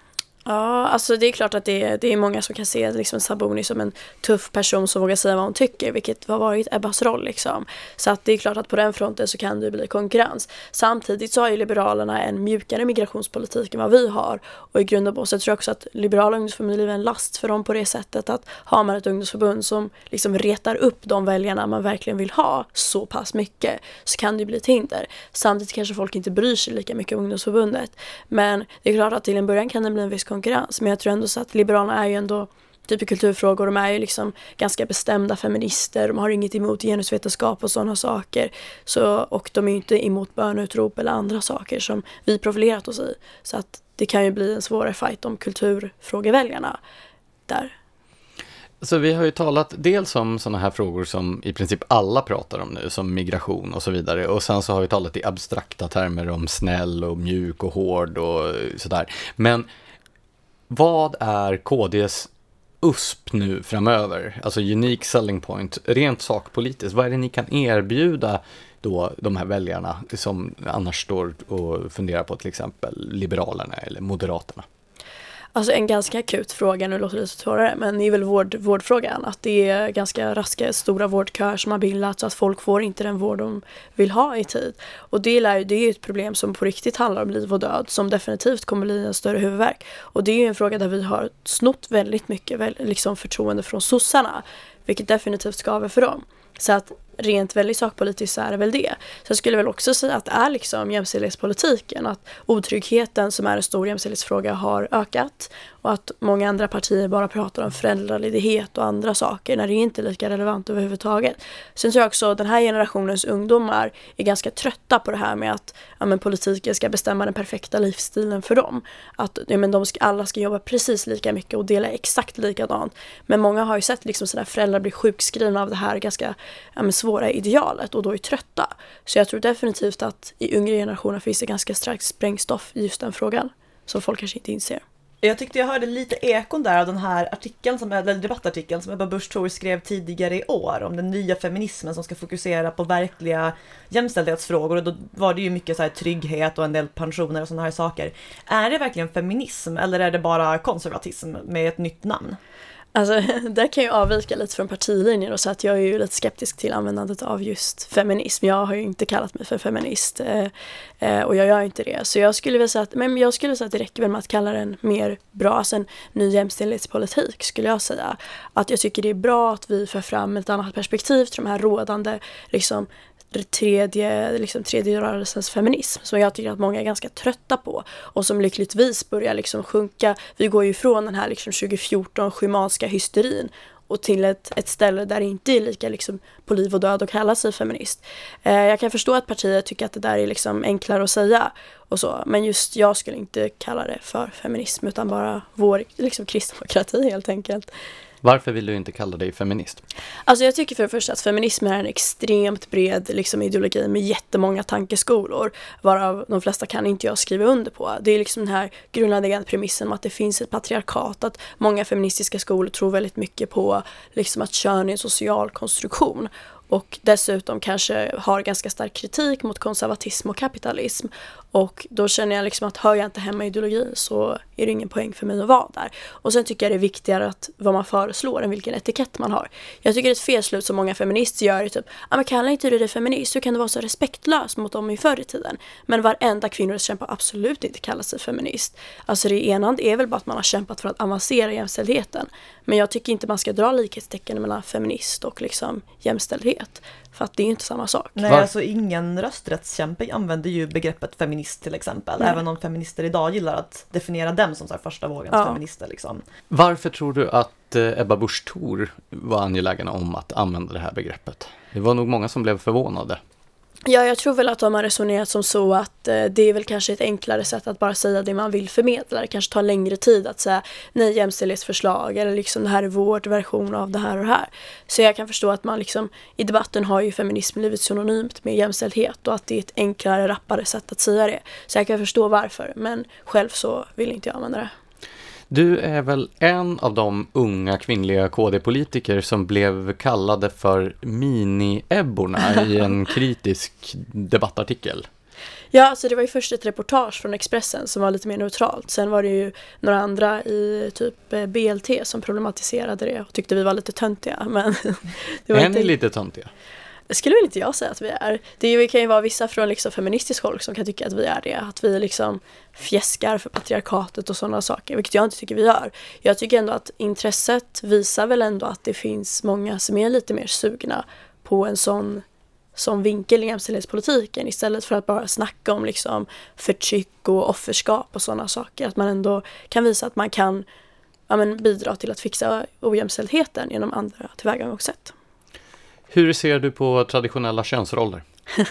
Ja, alltså det är klart att det är, det är många som kan se liksom Sabuni som en tuff person som vågar säga vad hon tycker, vilket har varit Ebbas roll liksom. Så att det är klart att på den fronten så kan det bli konkurrens. Samtidigt så har ju Liberalerna en mjukare migrationspolitik än vad vi har. Och i grund och botten så tror jag också att liberala ungdomsförbund blir en last för dem på det sättet att har man ett ungdomsförbund som liksom retar upp de väljarna man verkligen vill ha så pass mycket så kan det bli ett hinder. Samtidigt kanske folk inte bryr sig lika mycket om ungdomsförbundet. Men det är klart att till en början kan det bli en viss konkurrens. Men jag tror ändå så att Liberalerna är ju ändå typ i kulturfrågor, de är ju liksom ganska bestämda feminister, de har inget emot genusvetenskap och sådana saker. Så, och de är ju inte emot böneutrop eller andra saker som vi profilerat oss i. Så att det kan ju bli en svårare fight om kulturfrågeväljarna där. Så vi har ju talat dels om sådana här frågor som i princip alla pratar om nu, som migration och så vidare. Och sen så har vi talat i abstrakta termer om snäll och mjuk och hård och sådär. Men vad är K D:s U S P nu framöver? Alltså unique selling point, rent sakpolitiskt. Vad är det ni kan erbjuda då de här väljarna som annars står och funderar på till exempel Liberalerna eller Moderaterna? Alltså en ganska akut fråga, nu låter det lite svårare, men det är väl vård, vårdfrågan. Att det är ganska raska, stora vårdköer som har bildats så att folk får inte den vård de vill ha i tid. Och det är, det är ett problem som på riktigt handlar om liv och död, som definitivt kommer bli en större huvudvärk. Och det är ju en fråga där vi har snott väldigt mycket liksom förtroende från sossarna, vilket definitivt skaver för dem. Så att rent väldigt sakpolitiskt så är det väl det. Så jag skulle väl också säga att det är liksom jämställdhetspolitiken, att otryggheten som är en stor jämställdhetsfråga har ökat och att många andra partier bara pratar om föräldraledighet och andra saker när det inte är lika relevant överhuvudtaget. Sen tror jag också att den här generationens ungdomar är ganska trötta på det här med att ja, men politiken ska bestämma den perfekta livsstilen för dem. Att ja, men de ska, alla ska jobba precis lika mycket och dela exakt likadant. Men många har ju sett liksom sina föräldrar bli sjukskrivna av det här ganska ja, men svåra idealet och då är trötta. Så jag tror definitivt att i yngre generationer finns det ganska starkt sprängstoff i just den frågan som folk kanske inte inser. Jag tyckte jag hörde lite ekon där av den här artikeln, som, eller debattartikeln som Ebba Busch Thor skrev tidigare i år om den nya feminismen som ska fokusera på verkliga jämställdhetsfrågor, och då var det ju mycket så här trygghet och en del pensioner och sådana här saker. Är det verkligen feminism eller är det bara konservatism med ett nytt namn? Alltså, där kan jag avvika lite från partilinjen och säga att jag är ju lite skeptisk till användandet av just feminism. Jag har ju inte kallat mig för feminist eh, och jag gör inte det. Så jag skulle väl säga att, men jag skulle säga att det räcker väl med att kalla den mer bra, alltså en ny jämställdhetspolitik skulle jag säga. Att jag tycker det är bra att vi för fram ett annat perspektiv till de här rådande liksom tredje, liksom tredje rörelsens feminism som jag tycker att många är ganska trötta på och som lyckligtvis börjar liksom sjunka. Vi går ju från den här liksom tjugo fjorton schumanska hysterin och till ett, ett ställe där det inte är lika liksom på liv och död och kalla sig feminist. Eh, jag kan förstå att partier tycker att det där är liksom enklare att säga och så, men just jag skulle inte kalla det för feminism utan bara vår liksom kristdemokrati helt enkelt. Varför vill du inte kalla dig feminist? Alltså jag tycker för det första att feminism är en extremt bred liksom, ideologi med jättemånga tankeskolor, varav de flesta kan inte jag skriva under på. Det är liksom den här grundläggande premissen om att det finns ett patriarkat, att många feministiska skolor tror väldigt mycket på liksom, att kön är en social konstruktion. Och dessutom kanske har ganska stark kritik mot konservatism och kapitalism. Och då känner jag liksom att hör jag inte hemma i ideologi så är det ingen poäng för mig att vara där. Och sen tycker jag det är viktigare att vad man föreslår än vilken etikett man har. Jag tycker det är ett felslut som många feminister gör är typ, ja men kallar inte du dig feminist, så kan du vara så respektlös mot dem i förr i tiden. Men varenda kvinnorättskämpa absolut inte kallar sig feminist. Alltså det ena är väl bara att man har kämpat för att avancera jämställdheten. Men jag tycker inte man ska dra likhetstecken mellan feminist och liksom jämställdhet. För att det är ju inte samma sak. Nej, alltså ingen rösträttskämpe använder ju begreppet feminist till exempel. Nej. Även om feminister idag gillar att definiera dem som så här första vågens ja. feminister. Liksom. Varför tror du att Ebba Busch Thor var angelägen om att använda det här begreppet? Det var nog många som blev förvånade. Ja, jag tror väl att de har resonerat som så att eh, det är väl kanske ett enklare sätt att bara säga det man vill förmedla. Det kanske tar längre tid att säga nej jämställdhetsförslag eller liksom det här är vår version av det här och det här. Så jag kan förstå att man liksom i debatten har ju feminism blivit synonymt med jämställdhet och att det är ett enklare, rappare sätt att säga det. Så jag kan förstå varför, men själv så vill inte jag använda det. Du är väl en av de unga kvinnliga K D-politiker som blev kallade för mini-ebborna i en kritisk debattartikel. Ja, alltså det var ju först ett reportage från Expressen som var lite mer neutralt. Sen var det ju några andra i typ B L T som problematiserade det och tyckte vi var lite töntiga. Men det var är inte... ni lite töntiga? Det skulle väl inte jag säga att vi är. Det kan ju vara vissa från liksom feministiskt håll som kan tycka att vi är det. Att vi liksom fjäskar för patriarkatet och sådana saker, vilket jag inte tycker vi gör. Jag tycker ändå att intresset visar väl ändå att det finns många som är lite mer sugna på en sån som vinkel i jämställdhetspolitiken istället för att bara snacka om liksom förtryck och offerskap och sådana saker. Att man ändå kan visa att man kan ja, men bidra till att fixa ojämställdheten genom andra tillvägagångssätt. Hur ser du på traditionella könsroller?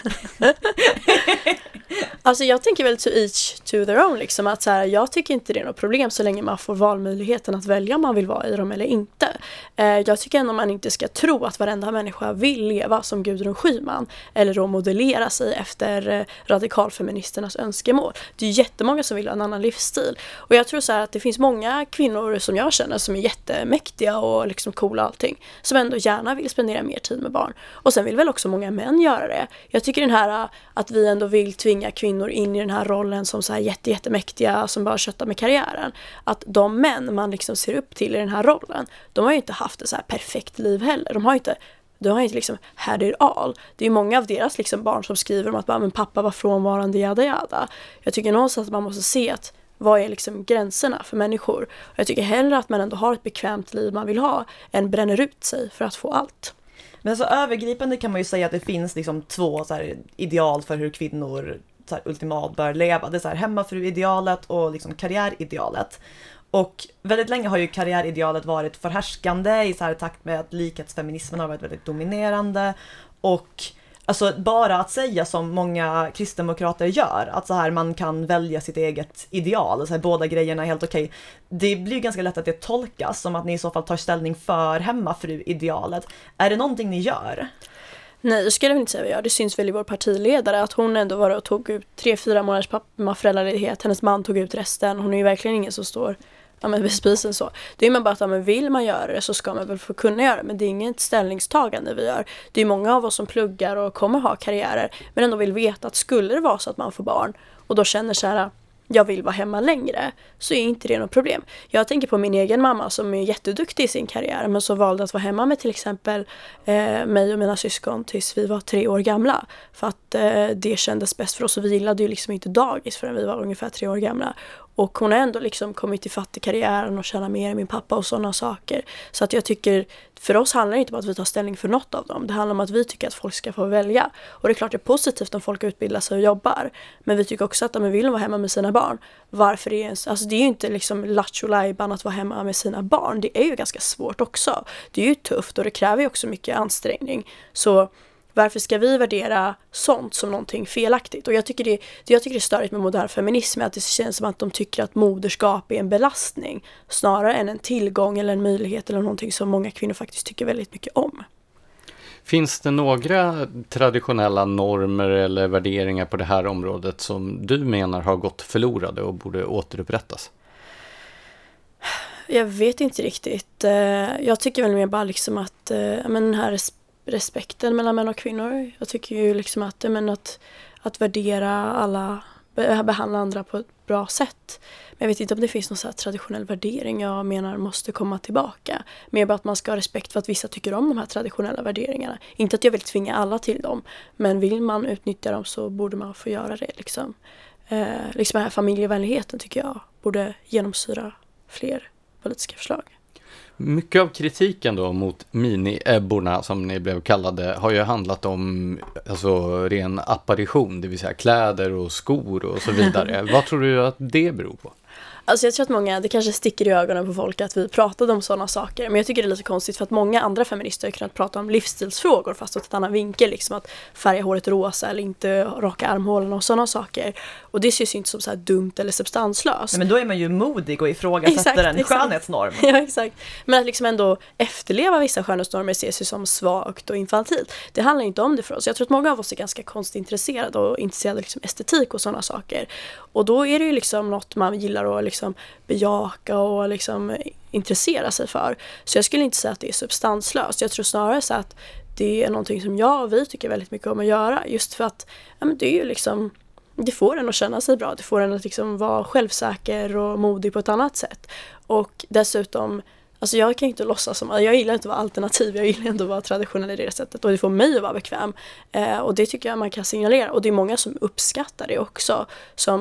Alltså jag tänker väl to each to their own liksom, att så här, jag tycker inte det är något problem så länge man får valmöjligheten att välja om man vill vara i dem eller inte. Eh, jag tycker ändå man inte ska tro att varenda människa vill leva som Gudrun Schyman eller då modellera sig efter eh, radikalfeministernas önskemål. Det är jättemånga som vill ha en annan livsstil och jag tror så här att det finns många kvinnor som jag känner som är jättemäktiga och liksom coola och allting som ändå gärna vill spendera mer tid med barn. Och sen vill väl också många män göra det. Jag tycker den här att vi ändå vill tvinga kvinnor in i den här rollen som så här jätte, jättemäktiga som bara köttar med karriären. Att de män man liksom ser upp till i den här rollen, de har ju inte haft ett så här perfekt liv heller. De har inte, de har inte liksom had it all. Det är ju många av deras liksom barn som skriver om att bara, men pappa var frånvarande, jada jada. Jag tycker någonstans att man måste se att vad är liksom gränserna för människor. Och jag tycker hellre att man ändå har ett bekvämt liv man vill ha än bränner ut sig för att få allt. Men så övergripande kan man ju säga att det finns liksom två så här ideal för hur kvinnor så här ultimat bör leva. Det är så här hemmafru-idealet och liksom karriäridealet. Och väldigt länge har ju karriäridealet varit förhärskande i så här takt med att likhetsfeminismen har varit väldigt dominerande. Och alltså bara att säga som många kristdemokrater gör, att så här man kan välja sitt eget ideal, så här båda grejerna är helt okej. Det blir ganska lätt att det tolkas som att ni i så fall tar ställning för hemmafru-idealet. Är det någonting ni gör? Nej, det skulle jag inte säga vad jag gör. Det syns väl i vår partiledare att hon ändå var och tog ut tre, fyra månaders pappa föräldraledighet. Hennes man tog ut resten. Hon är ju verkligen ingen som står ja, men vid spisen så. Det är ju bara att ja, men vill man göra det så ska man väl få kunna göra det. Men det är inget ställningstagande vi gör. Det är många av oss som pluggar och kommer ha karriärer men ändå vill veta att skulle det vara så att man får barn och då känner så här jag vill vara hemma längre, så är inte det något problem. Jag tänker på min egen mamma som är jätteduktig i sin karriär men som valde att vara hemma med till exempel eh, mig och mina syskon tills vi var tre år gamla. För att eh, det kändes bäst för oss och vi gillade ju liksom inte dagis förrän vi var ungefär tre år gamla. Och hon har ändå liksom kommit till fatt i karriären och tjänar mer än min pappa och sådana saker. Så att jag tycker, för oss handlar det inte om att vi tar ställning för något av dem. Det handlar om att vi tycker att folk ska få välja. Och det är klart det är positivt om folk utbildar sig och jobbar. Men vi tycker också att de vill vara hemma med sina barn. Varför är det ens, alltså det är ju inte liksom lattjo lajban att vara hemma med sina barn. Det är ju ganska svårt också. Det är ju tufft och det kräver ju också mycket ansträngning. Så varför ska vi värdera sånt som någonting felaktigt? Och jag tycker det, jag tycker det är störigt med modern feminism att det känns som att de tycker att moderskap är en belastning snarare än en tillgång eller en möjlighet eller någonting som många kvinnor faktiskt tycker väldigt mycket om. Finns det några traditionella normer eller värderingar på det här området som du menar har gått förlorade och borde återupprättas? Jag vet inte riktigt. Jag tycker väl mer bara liksom att men den här respekten mellan män och kvinnor. Jag tycker ju liksom att, men att, att värdera alla, behandla andra på ett bra sätt. Men jag vet inte om det finns någon så här traditionell värdering jag menar måste komma tillbaka. Mer bara att man ska ha respekt för att vissa tycker om de här traditionella värderingarna. Inte att jag vill tvinga alla till dem. Men vill man utnyttja dem så borde man få göra det. Liksom, eh, liksom den här familjevänligheten tycker jag borde genomsyra fler politiska förslag. Mycket av kritiken då mot mini-ebborna som ni blev kallade har ju handlat om alltså, ren apparition, det vill säga kläder och skor och så vidare. Vad tror du att det beror på? Alltså jag tror att många, det kanske sticker i ögonen på folk att vi pratade om sådana saker. Men jag tycker det är lite konstigt för att många andra feminister har kunnat prata om livsstilsfrågor fast åt ett annan vinkel. Liksom att färga håret rosa eller inte raka armhålen och sådana saker. Och det ses ju inte som så här dumt eller substanslöst. Men då är man ju modig och ifrågasätter en exakt. skönhetsnorm. Ja, exakt. Men att liksom ändå efterleva vissa skönhetsnormer ses ju som svagt och infantilt. Det handlar inte om det för oss. Jag tror att många av oss är ganska konstintresserade och intresserade av liksom estetik och sådana saker. Och då är det ju liksom något man gillar att liksom bejaka och liksom intressera sig för. Så jag skulle inte säga att det är substanslöst. Jag tror snarare så att det är någonting som jag och vi tycker väldigt mycket om att göra. Just för att ja, men det är ju liksom, det får en att känna sig bra. Det får en att liksom vara självsäker och modig på ett annat sätt. Och dessutom, alltså jag kan inte låtsas som, jag gillar inte att vara alternativ, jag gillar inte att vara traditionell i det sättet och det får mig att vara bekväm. Eh, och det tycker jag man kan signalera och det är många som uppskattar det också, som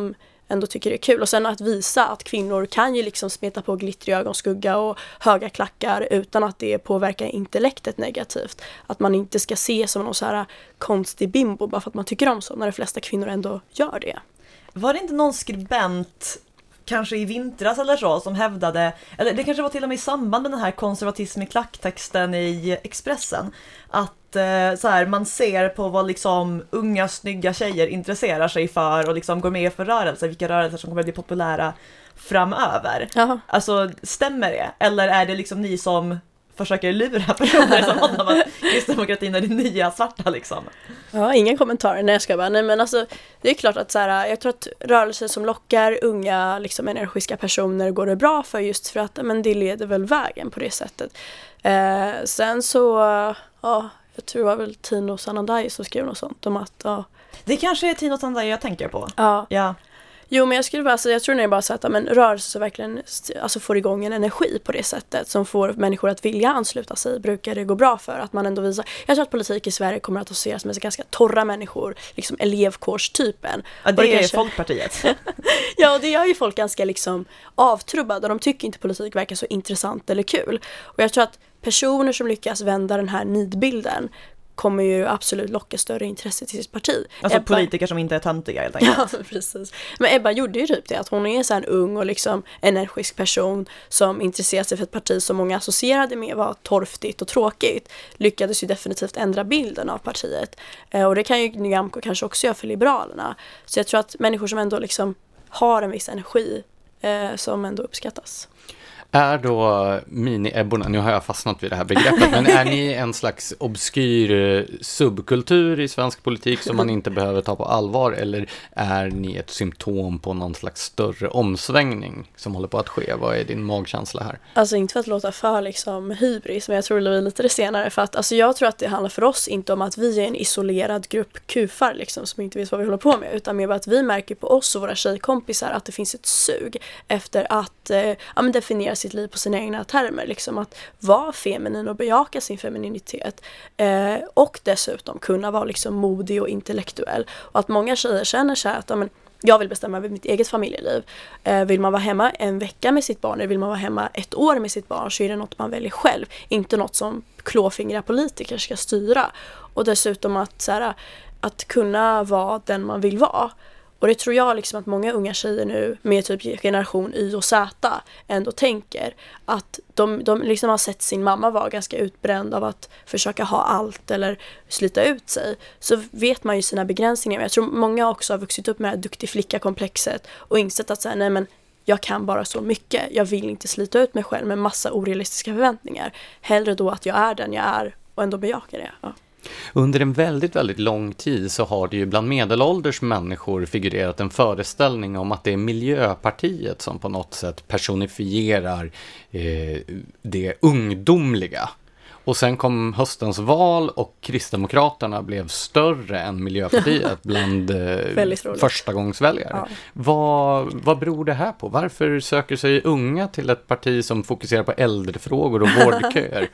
ändå tycker det är kul. Och sen att visa att kvinnor kan ju liksom smeta på glittrig ögonskugga och höga klackar utan att det påverkar intellektet negativt. Att man inte ska se som någon så här konstig bimbo bara för att man tycker om så, när de flesta kvinnor ändå gör det. Var det inte någon skribent kanske i vintras eller så som hävdade, eller det kanske var till och med i samband med den här konservatism i klacktexten i Expressen, att eh, så här, man ser på vad liksom unga snygga tjejer intresserar sig för och liksom går med för rörelser, vilka rörelser som kommer att bli populära framöver. Jaha. Alltså, stämmer det? Eller är det liksom ni som försöker lura personer som handlar om att kristdemokratin är det nya svarta liksom? Ja, ingen kommentar. Nej, jag ska bara. Nej, men alltså, det är klart att så här, jag tror att rörelser som lockar unga, liksom energiska personer går det bra för, just för att men det leder väl vägen på det sättet. Eh, sen så, ja, jag tror det var väl Tino Sanandaji som skrev något sånt om att, ja. Det kanske är Tino Sanandaji jag tänker på. Ja. Ja. Jo, men jag skulle bara säga, jag tror det är bara så att men, rörelser som verkligen alltså, får igång en energi på det sättet som får människor att vilja ansluta sig, brukar det gå bra för att man ändå visar. Jag tror att politik i Sverige kommer att associeras med ganska torra människor, liksom elevkårstypen. Ja, det, det är kanske... Folkpartiet. Ja, och det gör ju folk ganska liksom avtrubbade och de tycker inte politik verkar så intressant eller kul. Och jag tror att personer som lyckas vända den här nidbilden kommer ju absolut locka större intresse till sitt parti. Alltså Ebba... politiker som inte är töntiga helt enkelt. Ja, precis. Men Ebba gjorde ju typ det, att hon är så här en ung och liksom energisk person som intresserar sig för ett parti som många associerade med var torftigt och tråkigt. Lyckades ju definitivt ändra bilden av partiet. Eh, och det kan ju Nyamko kanske också göra för Liberalerna. Så jag tror att människor som ändå liksom har en viss energi eh, som ändå uppskattas. Är då mini-ebborna, nu har jag fastnat vid det här begreppet, men är ni en slags obskyr subkultur i svensk politik som man inte behöver ta på allvar, eller är ni ett symptom på någon slags större omsvängning som håller på att ske? Vad är din magkänsla här? Alltså inte för att låta för liksom hybris, men jag tror det blir lite det senare, för att alltså, jag tror att det handlar för oss inte om att vi är en isolerad grupp kufar liksom, som inte vet vad vi håller på med, utan mer bara att vi märker på oss och våra tjejkompisar att det finns ett sug efter att eh, ja, men definiera sitt liv på sina egna termer, liksom att vara feminin och bejaka sin femininitet eh, och dessutom kunna vara liksom modig och intellektuell, och att många tjejer känner sig att ja, men, jag vill bestämma över mitt eget familjeliv. Eh, vill man vara hemma en vecka med sitt barn eller vill man vara hemma ett år med sitt barn, så är det något man väljer själv, inte något som klåfingriga politiker ska styra. Och dessutom att, så här, att kunna vara den man vill vara. Och det tror jag liksom att många unga tjejer nu med typ generation Y och Z ändå tänker att de, de liksom har sett sin mamma vara ganska utbränd av att försöka ha allt eller slita ut sig. Så vet man ju sina begränsningar. Jag tror många också har vuxit upp med det här duktig flicka-komplexet och insett att så här, nej men jag kan bara så mycket. Jag vill inte slita ut mig själv med massa orealistiska förväntningar. Hellre då att jag är den jag är och ändå bejakar det. Ja. Under en väldigt, väldigt lång tid så har det ju bland medelålders människor figurerat en föreställning om att det är Miljöpartiet som på något sätt personifierar eh, det ungdomliga. Och sen kom höstens val och Kristdemokraterna blev större än Miljöpartiet bland eh, förstagångsväljare. Ja. Vad, vad beror det här på? Varför söker sig unga till ett parti som fokuserar på äldrefrågor och vårdköer?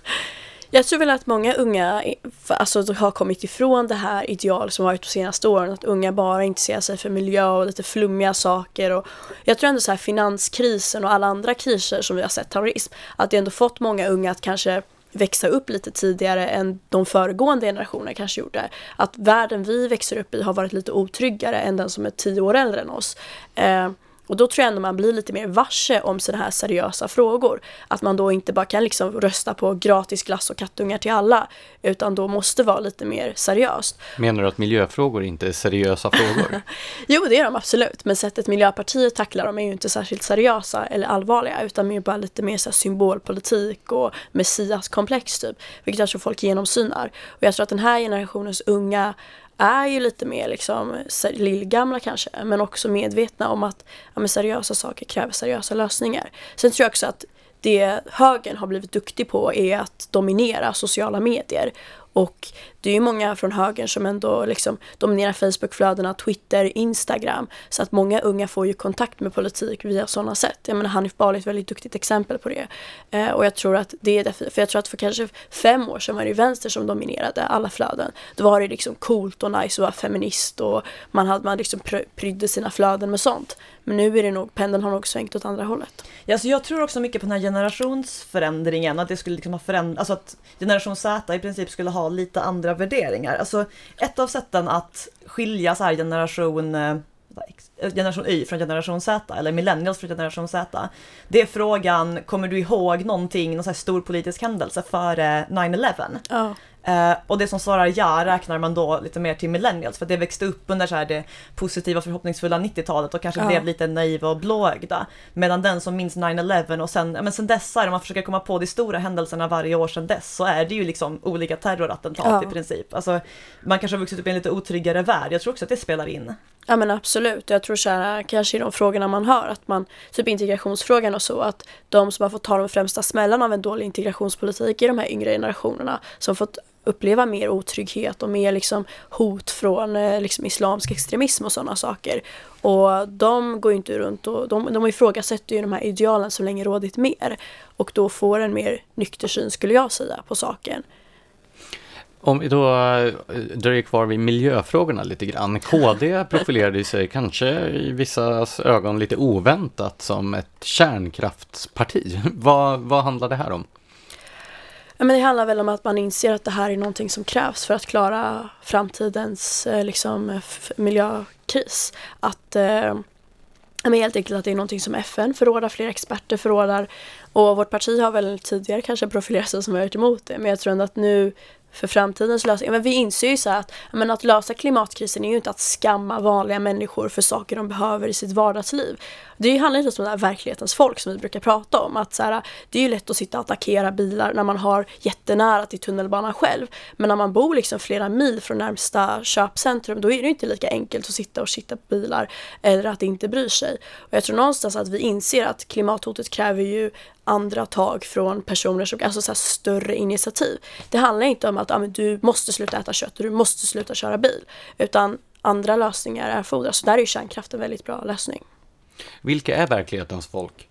Jag tror väl att många unga alltså, har kommit ifrån det här ideal som varit de senaste åren, att unga bara intresserar sig för miljö och lite flummiga saker. Och jag tror ändå så här finanskrisen och alla andra kriser som vi har sett, terrorism, att det ändå fått många unga att kanske växa upp lite tidigare än de föregående generationerna kanske gjorde. Att världen vi växer upp i har varit lite otryggare än den som är tio år äldre än oss. Eh, Och då tror jag ändå man blir lite mer varse om sådana här seriösa frågor. Att man då inte bara kan liksom rösta på gratis glass och kattungar till alla, utan då måste vara lite mer seriöst. Menar du att miljöfrågor inte är seriösa frågor? Jo, det är de absolut. Men sättet Miljöpartiet tacklar dem är ju inte särskilt seriösa eller allvarliga, utan mer bara lite mer så här symbolpolitik och messiaskomplex typ. Vilket jag tror folk genomsynar. Och jag tror att den här generationens unga är ju lite mer liksom lillgamla kanske, men också medvetna om att ja, men seriösa saker kräver seriösa lösningar. Sen tror jag också att det högern har blivit duktig på är att dominera sociala medier. Och det är ju många från högern som ändå liksom dominerar Facebookflödena, Twitter, Instagram. Så att många unga får ju kontakt med politik via sådana sätt. Jag menar, Hanif Bali är ett väldigt duktigt exempel på det. Eh, och jag tror att det är därför, för jag tror att för kanske fem år sedan var det vänster som dominerade alla flöden. Då var det liksom coolt och nice att vara feminist och man hade man liksom pr- prydde sina flöden med sånt. Men nu är det nog, pendeln har nog svängt åt andra hållet. Ja, så jag tror också mycket på den här generationsförändringen, att det skulle liksom ha föränd- alltså att generation Z i princip skulle ha lite andra värderingar. Alltså ett av sätten att skilja så här generation generation Y från generation Z eller millennials från generation Z, det är frågan, kommer du ihåg någonting, någon så här stor politisk händelse före nine eleven? Ja. Uh, och det som svarar ja räknar man då lite mer till millennials, för det växte upp under så här det positiva förhoppningsfulla nittiotalet och kanske ja. blev lite naiva och blåögda, medan den som minns nine eleven och sen, ja, men sen dess här, om man försöker komma på de stora händelserna varje år sedan dess, så är det ju liksom olika terrorattentat ja. i princip. Alltså, man kanske har vuxit upp i en lite otryggare värld. Jag tror också att det spelar in. Ja, men absolut. Jag tror så här, kanske i de frågorna man hör, att man, typ integrationsfrågan och så, att de som har fått ta de främsta smällarna av en dålig integrationspolitik är de här yngre generationerna som fått uppleva mer otrygghet och mer liksom hot från liksom islamsk extremism och sådana saker. Och de går ju inte runt och de, de ifrågasätter ju de här idealen så länge rådigt mer. Och då får en mer nykter syn, skulle jag säga, på saken. Om vi då dröjer kvar vid miljöfrågorna lite grann. K D profilerade sig kanske i vissas ögon lite oväntat som ett kärnkraftsparti. Vad, vad handlar det här om? Ja, men det handlar väl om att man inser att det här är någonting som krävs för att klara framtidens liksom, f- miljökris. Att, eh, men helt enkelt att det är någonting som F N förordar, flera experter förordar. Och vårt parti har väl tidigare kanske profilerat sig som varit emot det. Men jag tror ändå att nu för framtidens lösning. Men vi inser ju så att, men att lösa klimatkrisen är ju inte att skamma vanliga människor för saker de behöver i sitt vardagsliv. Det handlar inte om det här verklighetens folk som vi brukar prata om. Att så här, det är ju lätt att sitta och attackera bilar när man har jättenära till tunnelbanan själv. Men när man bor liksom flera mil från närmsta köpcentrum, då är det inte lika enkelt att sitta och sitta på bilar eller att inte bry sig. Och jag tror någonstans att vi inser att klimathotet kräver ju andra tag från personer som, alltså så här större initiativ. Det handlar inte om att ja, men du måste sluta äta kött och du måste sluta köra bil, utan andra lösningar erfordras. Så där är ju kärnkraft en väldigt bra lösning. Vilka är verklighetens folk?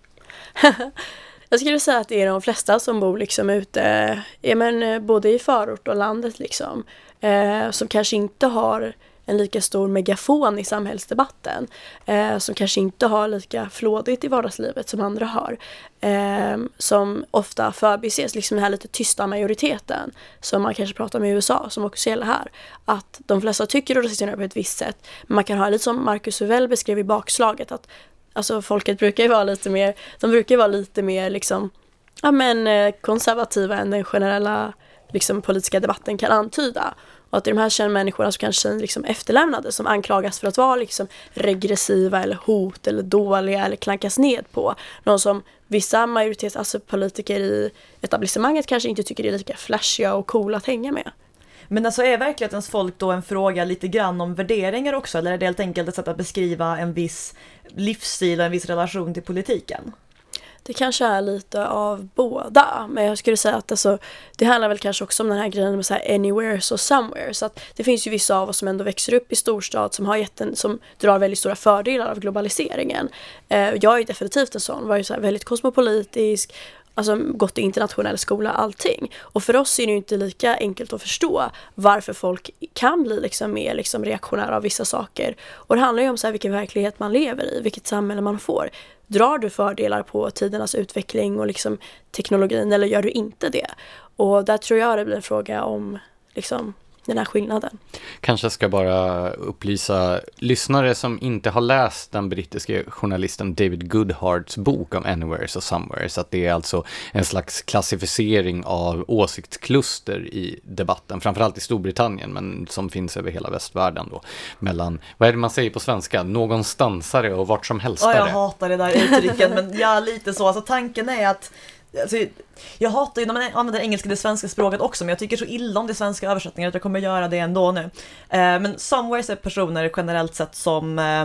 Jag skulle säga att det är de flesta som bor liksom ute, ja, men både i förort och landet liksom, eh, som kanske inte har en lika stor megafon i samhällsdebatten, eh, som kanske inte har lika flådigt i vardagslivet som andra har, eh, som ofta förbises, liksom den här lite tysta majoriteten som man kanske pratar med i U S A, som också gäller här, att de flesta tycker och resonerar på ett visst sätt, men man kan ha lite som Marcus Uvell beskrev i bakslaget, att alltså folket brukar ju vara lite mer, de brukar vara lite mer liksom, ja men konservativa än den generella liksom politiska debatten kan antyda. Och att det är de här kända människorna som kanske är liksom efterlämnade, som anklagas för att vara liksom regressiva eller hot eller dåliga eller klankas ned på. Någon som vissa majoritets, alltså politiker i etablissemanget kanske inte tycker det är lika flashiga och coola att hänga med. Men alltså är verklighetens folk då en fråga lite grann om värderingar också? Eller är det helt enkelt ett sätt att beskriva en viss livsstil och en viss relation till politiken? Det kanske är lite av båda, men jag skulle säga att alltså, det handlar väl kanske också om den här grejen med så här anywheres och somewhere. Så att det finns ju vissa av oss som ändå växer upp i storstad som, har gett en, som drar väldigt stora fördelar av globaliseringen. Eh, jag är definitivt en sån, var ju så här väldigt kosmopolitisk, alltså gått i internationell skola, allting. Och för oss är det ju inte lika enkelt att förstå varför folk kan bli liksom mer liksom reaktionära av vissa saker. Och det handlar ju om så här vilken verklighet man lever i, vilket samhälle man får. Drar du fördelar på tidernas utveckling och liksom teknologin, eller gör du inte det? Och där tror jag det blir en fråga om liksom den här skillnaden. Kanske ska bara upplysa lyssnare som inte har läst den brittiska journalisten David Goodharts bok om Anywheres och Somewheres, att det är alltså en slags klassificering av åsiktskluster i debatten, framförallt i Storbritannien, men som finns över hela västvärlden då, mellan, vad är det man säger på svenska? Någonstansare och vart som helstare. Ja, jag hatar det där uttrycken, men ja, lite så. Alltså tanken är att alltså, jag hatar ju när man använder engelska i det svenska språket också, men jag tycker så illa om det svenska översättningar att jag kommer göra det ändå nu. Eh, men somewheres är personer generellt sett som eh,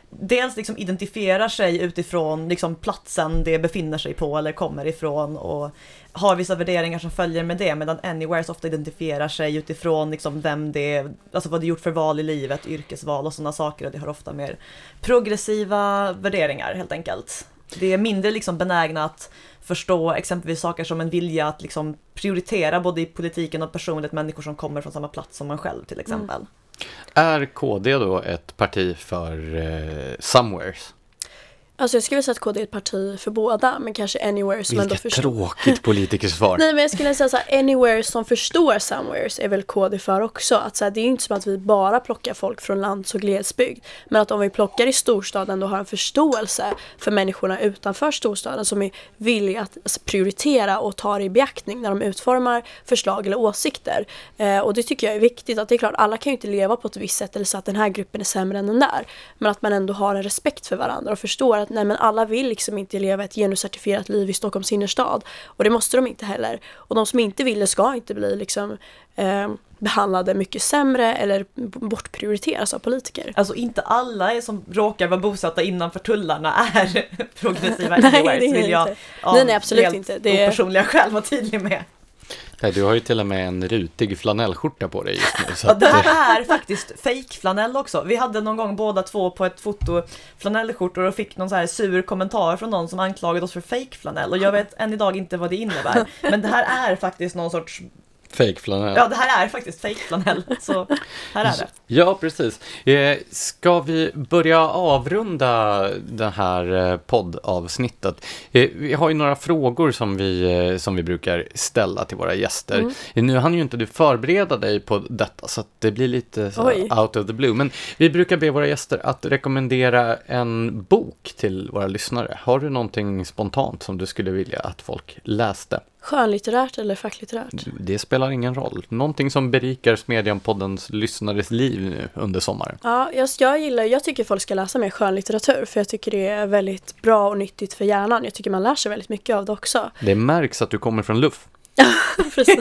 dels liksom identifierar sig utifrån liksom platsen det befinner sig på eller kommer ifrån och har vissa värderingar som följer med det, medan Anywhere ofta identifierar sig utifrån liksom vem det, alltså vad det gjort för val i livet, yrkesval och sådana saker, och det har ofta mer progressiva värderingar helt enkelt. Det är mindre liksom benägna att förstå exempelvis saker som en vilja att liksom prioritera både i politiken och personligt människor som kommer från samma plats som man själv till exempel. Mm. Är K D då ett parti för eh, Somewheres? Alltså jag skulle säga att K D är ett parti för båda, men kanske Anywhere som Vilket ändå förstår. tråkigt politikersvar. Nej, men jag skulle säga så här, Anywhere som förstår Somewheres är väl K D för också. Att så här, det är ju inte som att vi bara plockar folk från lands- och glesbygd, men att om vi plockar i storstaden då har en förståelse för människorna utanför storstaden som är villiga att alltså, prioritera och ta det i beaktning när de utformar förslag eller åsikter. Eh, och det tycker jag är viktigt, att det är klart, alla kan ju inte leva på ett visst sätt eller så att den här gruppen är sämre än den där, men att man ändå har en respekt för varandra och förstår att nej, men alla vill liksom inte leva ett genuscertifierat liv i Stockholms innerstad. Och det måste de inte heller. Och de som inte vill det ska inte bli liksom, eh, behandlade mycket sämre eller bortprioriteras av politiker. Alltså inte alla är som råkar vara bosatta innanför tullarna är progressiva. Nej, det är vill jag, inte. Ja, nej, nej, absolut inte. Det är personliga skäl var tydlig med. Nej, du har ju till och med en rutig flanellskjorta på dig just nu. Så ja, det här är faktiskt fake-flanell också. Vi hade någon gång båda två på ett foto flanellskjortor och fick någon så här sur kommentar från någon som anklagade oss för fake-flanell. Och jag vet än idag inte vad det innebär. Men det här är faktiskt någon sorts... Fake-flanell. Ja, det här är faktiskt fake-flanell. Så här är det. Ja, precis. Eh, ska vi börja avrunda det här poddavsnittet? Eh, vi har ju några frågor som vi, eh, som vi brukar ställa till våra gäster. Mm. Eh, nu hann ju inte du förbereda dig på detta, så att det blir lite så out of the blue. Men vi brukar be våra gäster att rekommendera en bok till våra lyssnare. Har du någonting spontant som du skulle vilja att folk läste? Skönlitterärt eller facklitterärt? Det spelar ingen roll. Någonting som berikar Smedjan-poddens lyssnares liv nu under sommaren. Ja, jag, jag gillar, jag tycker folk ska läsa mer skönlitteratur, för jag tycker det är väldigt bra och nyttigt för hjärnan. Jag tycker man lär sig väldigt mycket av det också. Det märks att du kommer från Luff. Precis.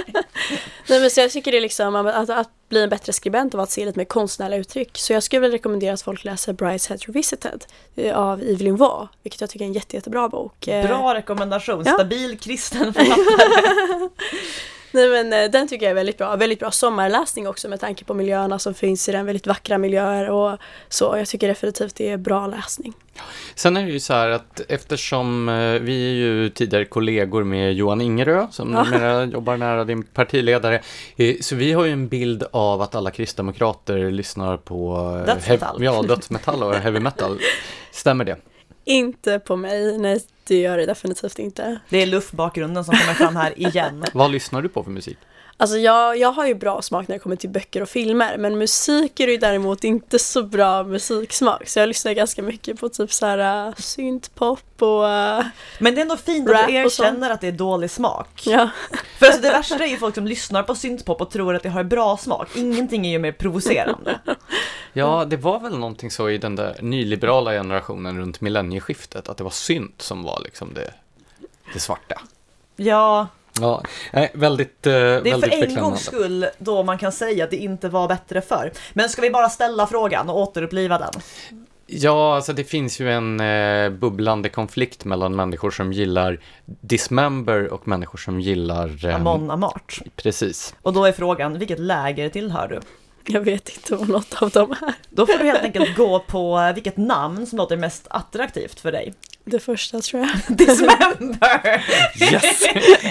Nej, men så jag tycker det är liksom att, att bli en bättre skribent av att se lite mer konstnärliga uttryck. Så jag skulle väl rekommendera att folk läser Brideshead Revisited av Evelyn Waugh, vilket jag tycker är en jätte, jättebra bok. Bra rekommendation, ja. Stabil kristen författare. Nej, men den tycker jag är väldigt bra. Väldigt bra sommarläsning också med tanke på miljöerna som finns i den. Väldigt vackra miljöer och så. Jag tycker definitivt det är bra läsning. Sen är det ju så här att eftersom vi är ju tidigare kollegor med Johan Ingerö som ja. numera jobbar nära din partiledare, så vi har ju en bild av att alla kristdemokrater lyssnar på dödsmetall. Hev- ja, dödsmetall och heavy metal. Stämmer det? Inte på mig, nej det gör det definitivt inte. Det är luftbakgrunden som kommer fram här igen. Vad lyssnar du på för musik? Alltså jag, jag har ju bra smak när det kommer till böcker och filmer, men musik är ju däremot inte så bra musiksmak. Så jag lyssnar ganska mycket på typ så här uh, syntpop och uh, men det är ändå fint att du erkänner att det är dålig smak. Ja. För alltså det värsta är ju folk som lyssnar på syntpop och tror att det har bra smak. Ingenting är ju mer provocerande. Ja, det var väl någonting så i den där nyliberala generationen runt millennieskiftet, att det var synt som var liksom det, det svarta. Ja. Ja, nej, väldigt eh, det är väldigt för en gångs skull då man kan säga att det inte var bättre för. Men ska vi bara ställa frågan och återuppliva den? Ja, alltså det finns ju en eh, bubblande konflikt mellan människor som gillar Dismember och människor som gillar eh, Amon Amarth. Precis. Och då är frågan, vilket läger tillhör du? Jag vet inte vad något av dem är. Då får du helt enkelt gå på vilket namn som låter mest attraktivt för dig. Det första tror jag. Dismember! Yes!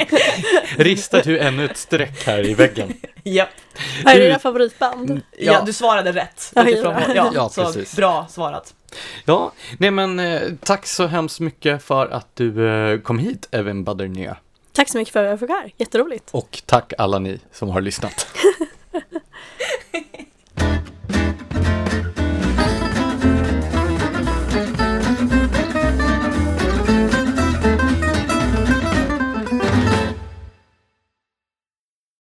Ristat du ännu ett streck här i väggen. Japp. Är det dina favoritband? Ja. ja, du svarade rätt. Utifrån, ja, ja, så precis. Bra svarat. Ja, nej men eh, tack så hemskt mycket för att du eh, kom hit, Evin Badernea. Tack så mycket för att jag fick här. Jätteroligt. Och tack alla ni som har lyssnat.